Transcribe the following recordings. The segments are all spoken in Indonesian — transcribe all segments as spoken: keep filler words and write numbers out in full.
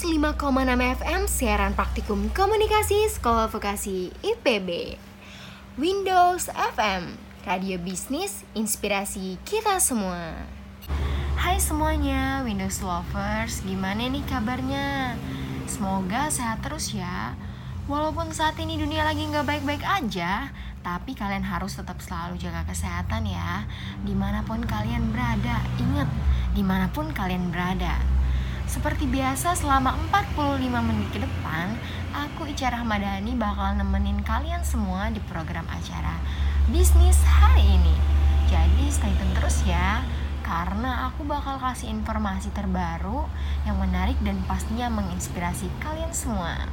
seratus lima koma enam F M siaran praktikum komunikasi Sekolah Vokasi I P B. Windows F M, radio bisnis inspirasi kita semua. Hai semuanya, Windows lovers, gimana nih kabarnya? Semoga sehat terus ya. Walaupun saat ini dunia lagi gak baik-baik aja, tapi kalian harus tetap selalu jaga kesehatan ya. Dimanapun kalian berada, ingat, dimanapun kalian berada. Seperti biasa selama empat puluh lima menit ke depan, aku Ica Rahmadani bakal nemenin kalian semua di program acara Bisnis hari ini. Jadi stay tune terus ya, karena aku bakal kasih informasi terbaru yang menarik dan pastinya menginspirasi kalian semua.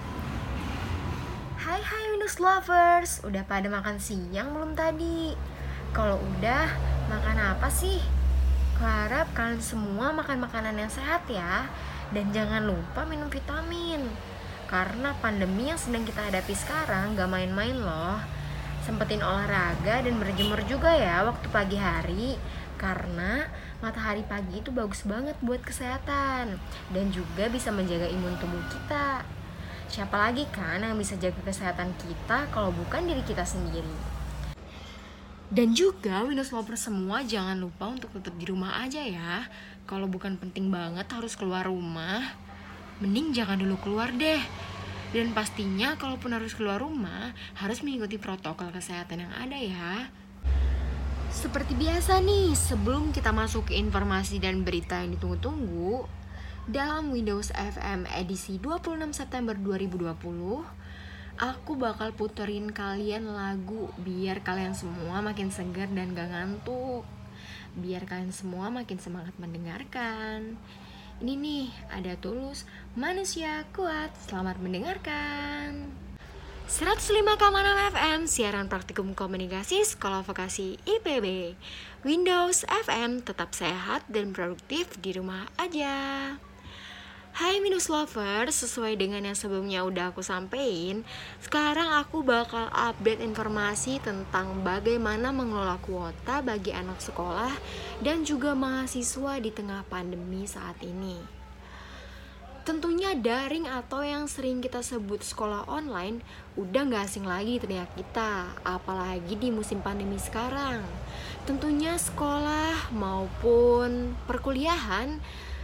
Hai hai Windows lovers, udah pada makan siang belum tadi? Kalau udah, makan apa sih? Aku harap kalian semua makan makanan yang sehat ya. Dan jangan lupa minum vitamin, karena pandemi yang sedang kita hadapi sekarang gak main-main loh. Sempetin olahraga dan berjemur juga ya waktu pagi hari, karena matahari pagi itu bagus banget buat kesehatan dan juga bisa menjaga imun tubuh kita. Siapa lagi kan yang bisa jaga kesehatan kita kalau bukan diri kita sendiri? Dan juga Windows lovers semua jangan lupa untuk tetap di rumah aja ya. Kalau bukan penting banget harus keluar rumah, mending jangan dulu keluar deh. Dan pastinya kalaupun harus keluar rumah, harus mengikuti protokol kesehatan yang ada ya. Seperti biasa nih, sebelum kita masuk ke informasi dan berita yang ditunggu-tunggu, dalam Windows F M edisi dua puluh enam September dua ribu dua puluh, aku bakal puterin kalian lagu biar kalian semua makin segar dan gak ngantuk. Biar kalian semua makin semangat mendengarkan. Ini nih, ada Tulus, Manusia Kuat. Selamat mendengarkan. seratus lima koma enam F M siaran praktikum komunikasi Sekolah Vokasi I P B. Windows F M tetap sehat dan produktif di rumah aja. Hai Windows lovers, sesuai dengan yang sebelumnya udah aku sampein, sekarang aku bakal update informasi tentang bagaimana mengelola kuota bagi anak sekolah dan juga mahasiswa di tengah pandemi saat ini. Tentunya daring atau yang sering kita sebut sekolah online udah gak asing lagi di telinga kita, apalagi di musim pandemi sekarang. Tentunya sekolah maupun perkuliahan,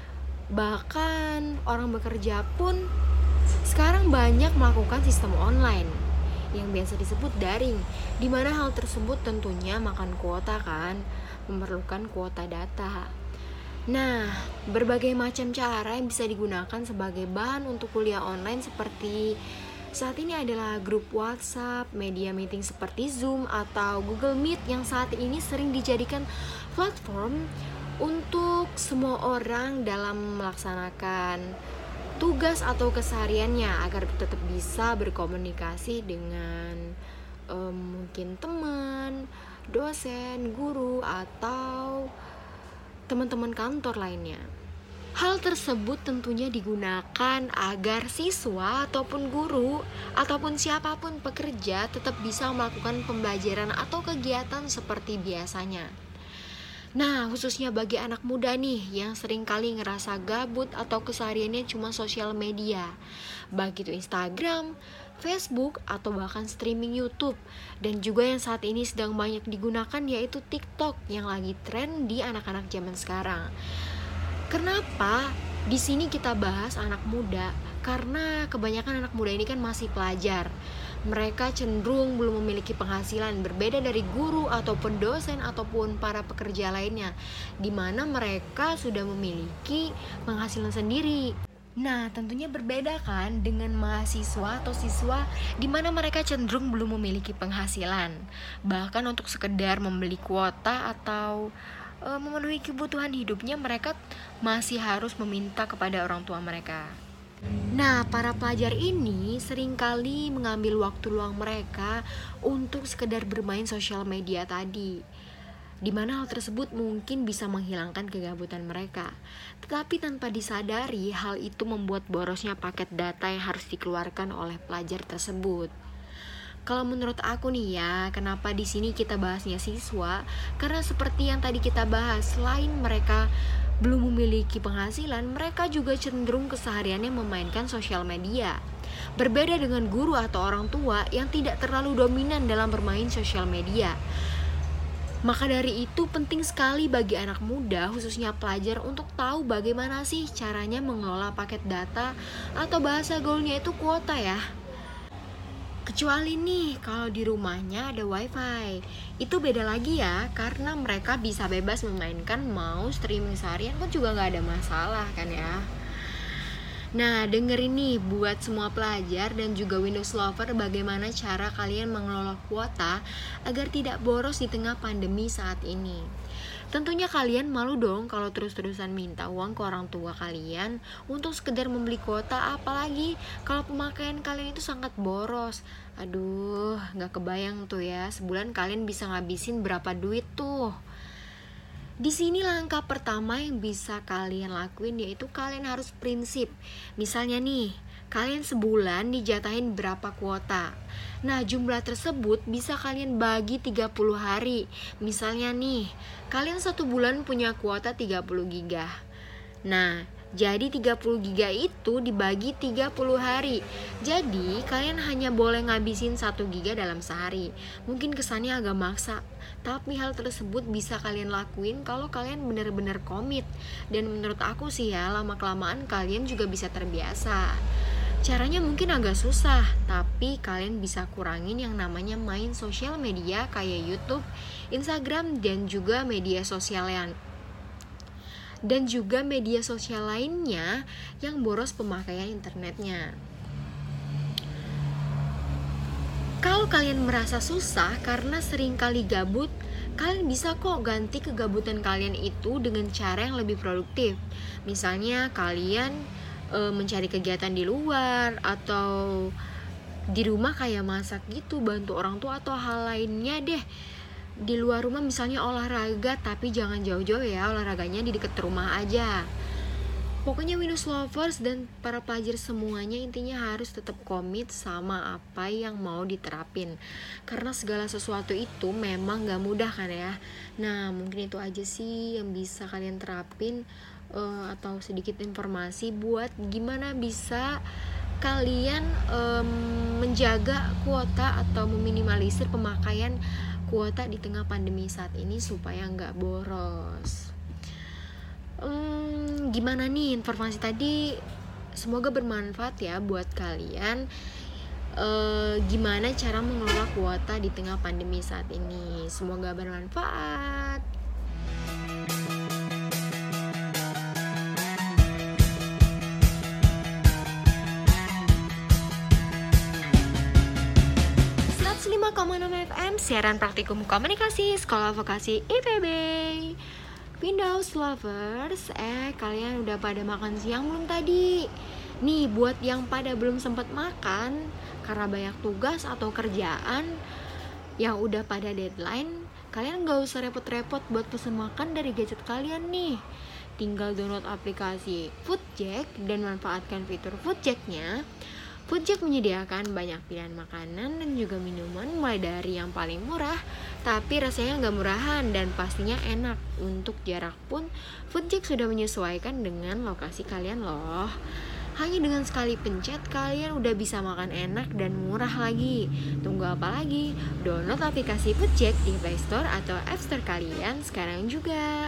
bahkan orang bekerja pun sekarang banyak melakukan sistem online yang biasa disebut daring, di mana hal tersebut tentunya makan kuota kan, memerlukan kuota data. Nah, berbagai macam cara yang bisa digunakan sebagai bahan untuk kuliah online seperti saat ini adalah grup WhatsApp, media meeting seperti Zoom atau Google Meet yang saat ini sering dijadikan platform untuk semua orang dalam melaksanakan tugas atau kesehariannya agar tetap bisa berkomunikasi dengan um, mungkin teman, dosen, guru, atau teman-teman kantor lainnya. Hal tersebut tentunya digunakan agar siswa ataupun guru ataupun siapapun pekerja tetap bisa melakukan pembelajaran atau kegiatan seperti biasanya. Nah, khususnya bagi anak muda nih yang sering kali ngerasa gabut atau kesehariannya cuma sosial media, baik itu Instagram, Facebook, atau bahkan streaming YouTube. Dan juga yang saat ini sedang banyak digunakan yaitu TikTok yang lagi tren di anak-anak zaman sekarang. Kenapa di sini kita bahas anak muda? Karena kebanyakan anak muda ini kan masih pelajar. Mereka cenderung belum memiliki penghasilan, berbeda dari guru ataupun dosen ataupun para pekerja lainnya, di mana mereka sudah memiliki penghasilan sendiri. Nah, tentunya berbeda kan dengan mahasiswa atau siswa di mana mereka cenderung belum memiliki penghasilan, bahkan untuk sekedar membeli kuota atau e, memenuhi kebutuhan hidupnya mereka masih harus meminta kepada orang tua mereka. Nah, para pelajar ini seringkali mengambil waktu luang mereka untuk sekedar bermain sosial media tadi, di mana hal tersebut mungkin bisa menghilangkan kegabutan mereka. Tetapi tanpa disadari, hal itu membuat borosnya paket data yang harus dikeluarkan oleh pelajar tersebut. Kalau menurut aku nih ya, kenapa di sini kita bahasnya siswa? Karena seperti yang tadi kita bahas, selain mereka belum memiliki penghasilan, mereka juga cenderung kesehariannya memainkan sosial media. Berbeda dengan guru atau orang tua yang tidak terlalu dominan dalam bermain sosial media. Maka dari itu penting sekali bagi anak muda, khususnya pelajar, untuk tahu bagaimana sih caranya mengelola paket data atau bahasa gaulnya itu kuota ya. Kecuali nih kalau di rumahnya ada wifi, itu beda lagi ya, karena mereka bisa bebas memainkan, mau streaming seharian pun juga gak ada masalah kan ya. Nah, dengerin nih buat semua pelajar dan juga Windows lover, bagaimana cara kalian mengelola kuota agar tidak boros di tengah pandemi saat ini. Tentunya kalian malu dong kalau terus-terusan minta uang ke orang tua kalian untuk sekedar membeli kuota, apalagi kalau pemakaian kalian itu sangat boros. Aduh, gak kebayang tuh ya, sebulan kalian bisa ngabisin berapa duit tuh. Di sini langkah pertama yang bisa kalian lakuin yaitu kalian harus prinsip. Misalnya nih, kalian sebulan dijatahin berapa kuota. Nah, jumlah tersebut bisa kalian bagi tiga puluh hari. Misalnya nih, kalian satu bulan punya kuota tiga puluh giga. Nah, jadi tiga puluh giga itu dibagi tiga puluh hari. Jadi kalian hanya boleh ngabisin satu giga dalam sehari. Mungkin kesannya agak maksa, tapi hal tersebut bisa kalian lakuin kalau kalian benar-benar komit. Dan menurut aku sih ya, lama-kelamaan kalian juga bisa terbiasa. Caranya mungkin agak susah, tapi kalian bisa kurangin yang namanya main sosial media kayak YouTube, Instagram, dan juga media sosial yang dan juga media sosial lainnya yang boros pemakaian internetnya. Kalau kalian merasa susah karena sering kali gabut, kalian bisa kok ganti kegabutan kalian itu dengan cara yang lebih produktif. Misalnya kalian e, mencari kegiatan di luar, atau di rumah kayak masak gitu, bantu orang tua, atau hal lainnya deh. Di luar rumah misalnya olahraga, tapi jangan jauh-jauh ya, olahraganya di dekat rumah aja. Pokoknya Windows lovers dan para pelajar semuanya intinya harus tetap komit sama apa yang mau diterapin, karena segala sesuatu itu memang gak mudah kan ya. Nah, mungkin itu aja sih yang bisa kalian terapin, uh, atau sedikit informasi buat gimana bisa kalian um, menjaga kuota atau meminimalisir pemakaian kuota di tengah pandemi saat ini supaya nggak boros. Hmm, gimana nih informasi tadi? Semoga bermanfaat ya buat kalian. E, gimana cara mengelola kuota di tengah pandemi saat ini? Semoga bermanfaat. lima koma enam F M, siaran praktikum komunikasi Sekolah Vokasi I P B. Windows lovers, eh kalian udah pada makan siang belum tadi? Nih buat yang pada belum sempat makan karena banyak tugas atau kerjaan yang udah pada deadline, kalian gak usah repot-repot buat pesen makan dari gadget kalian nih. Tinggal download aplikasi Foodjack dan manfaatkan fitur Foodjack-nya. Foodjack menyediakan banyak pilihan makanan dan juga minuman, mulai dari yang paling murah tapi rasanya gak murahan dan pastinya enak. Untuk jarak pun Foodjack sudah menyesuaikan dengan lokasi kalian loh. Hanya dengan sekali pencet kalian udah bisa makan enak dan murah lagi. Tunggu apa lagi? Download aplikasi Foodjack di Play Store atau App Store kalian sekarang juga.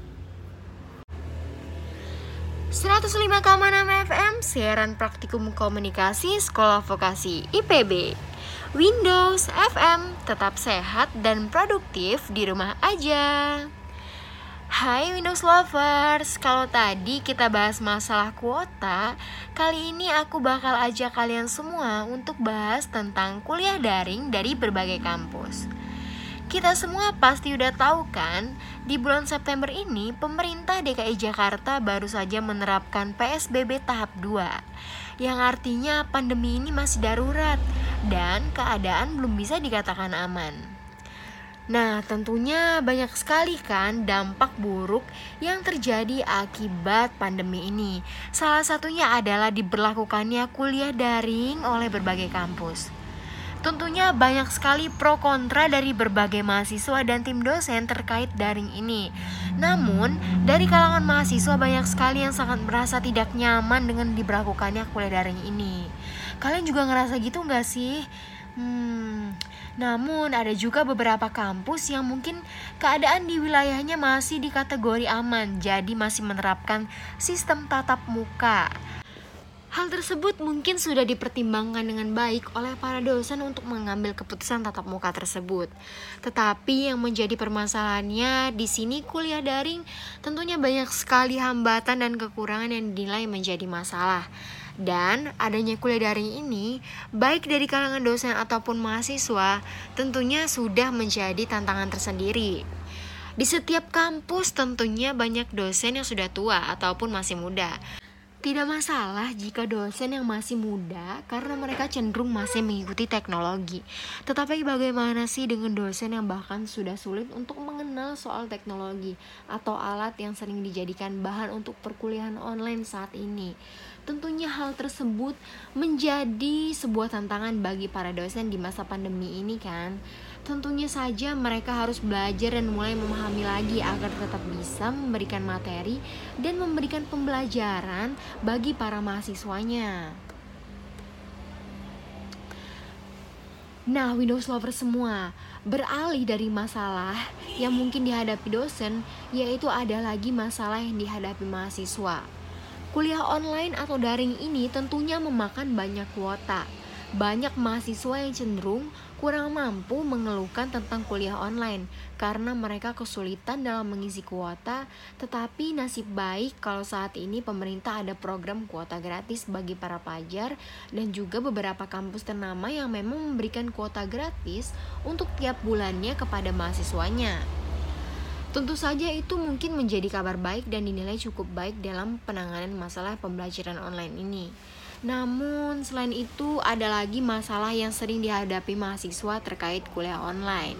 seratus lima koma enam F M, siaran praktikum komunikasi Sekolah Vokasi I P B. Windows F M, tetap sehat dan produktif di rumah aja. Hai Windows lovers, kalau tadi kita bahas masalah kuota, kali ini aku bakal ajak kalian semua untuk bahas tentang kuliah daring dari berbagai kampus. Kita semua pasti udah tahu kan, di bulan September ini pemerintah D K I Jakarta baru saja menerapkan P S B B tahap dua, yang artinya pandemi ini masih darurat dan keadaan belum bisa dikatakan aman. Nah, tentunya banyak sekali kan dampak buruk yang terjadi akibat pandemi ini. Salah satunya adalah diberlakukannya kuliah daring oleh berbagai kampus. Tentunya banyak sekali pro kontra dari berbagai mahasiswa dan tim dosen terkait daring ini. Namun, dari kalangan mahasiswa banyak sekali yang sangat merasa tidak nyaman dengan diberlakukannya kuliah daring ini. Kalian juga ngerasa gitu gak sih? Hmm, namun ada juga beberapa kampus yang mungkin keadaan di wilayahnya masih di kategori aman, jadi masih menerapkan sistem tatap muka. Hal tersebut mungkin sudah dipertimbangkan dengan baik oleh para dosen untuk mengambil keputusan tatap muka tersebut. Tetapi yang menjadi permasalahannya di sini kuliah daring tentunya banyak sekali hambatan dan kekurangan yang dinilai menjadi masalah. Dan adanya kuliah daring ini, baik dari kalangan dosen ataupun mahasiswa, tentunya sudah menjadi tantangan tersendiri. Di setiap kampus tentunya banyak dosen yang sudah tua ataupun masih muda. Tidak masalah jika dosen yang masih muda karena mereka cenderung masih mengikuti teknologi. Tetapi bagaimana sih dengan dosen yang bahkan sudah sulit untuk mengenal soal teknologi atau alat yang sering dijadikan bahan untuk perkuliahan online saat ini? Tentunya hal tersebut menjadi sebuah tantangan bagi para dosen di masa pandemi ini kan. Tentunya saja mereka harus belajar dan mulai memahami lagi agar tetap bisa memberikan materi dan memberikan pembelajaran bagi para mahasiswanya. Nah, Windows lover semua, beralih dari masalah yang mungkin dihadapi dosen, yaitu ada lagi masalah yang dihadapi mahasiswa. Kuliah online atau daring ini tentunya memakan banyak kuota. Banyak mahasiswa yang cenderung kurang mampu mengeluhkan tentang kuliah online karena mereka kesulitan dalam mengisi kuota. Tetapi nasib baik kalau saat ini pemerintah ada program kuota gratis bagi para pelajar dan juga beberapa kampus ternama yang memang memberikan kuota gratis untuk tiap bulannya kepada mahasiswanya. Tentu saja itu mungkin menjadi kabar baik dan dinilai cukup baik dalam penanganan masalah pembelajaran online ini. Namun selain itu ada lagi masalah yang sering dihadapi mahasiswa terkait kuliah online.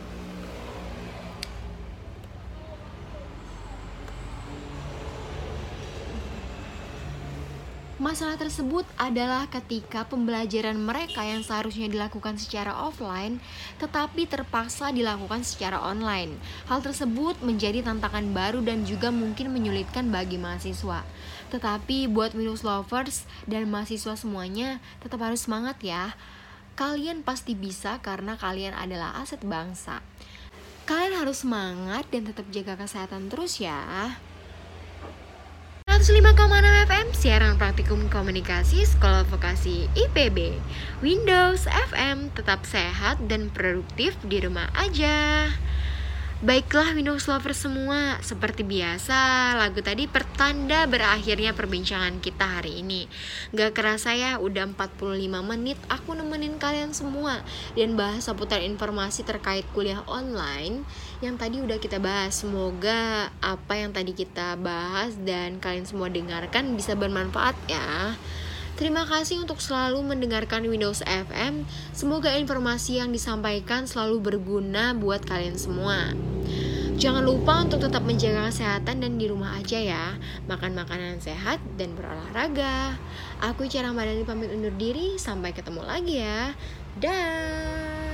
Masalah tersebut adalah ketika pembelajaran mereka yang seharusnya dilakukan secara offline tetapi terpaksa dilakukan secara online. Hal tersebut menjadi tantangan baru dan juga mungkin menyulitkan bagi mahasiswa. Tetapi buat Windows lovers dan mahasiswa semuanya tetap harus semangat ya. Kalian pasti bisa karena kalian adalah aset bangsa. Kalian harus semangat dan tetap jaga kesehatan terus ya. seratus lima koma enam F M siaran praktikum komunikasi Sekolah Vokasi I P B. Windows F M tetap sehat dan produktif di rumah aja. Baiklah Windows lover semua, seperti biasa lagu tadi pertanda berakhirnya perbincangan kita hari ini. Gak kerasa ya udah empat puluh lima menit aku nemenin kalian semua dan bahas seputar informasi terkait kuliah online yang tadi udah kita bahas. Semoga apa yang tadi kita bahas dan kalian semua dengarkan bisa bermanfaat ya. Terima kasih untuk selalu mendengarkan Windows F M. Semoga informasi yang disampaikan selalu berguna buat kalian semua. Jangan lupa untuk tetap menjaga kesehatan dan di rumah aja ya. Makan makanan sehat dan berolahraga. Aku Cara Madani pamit undur diri. Sampai ketemu lagi ya. Dah.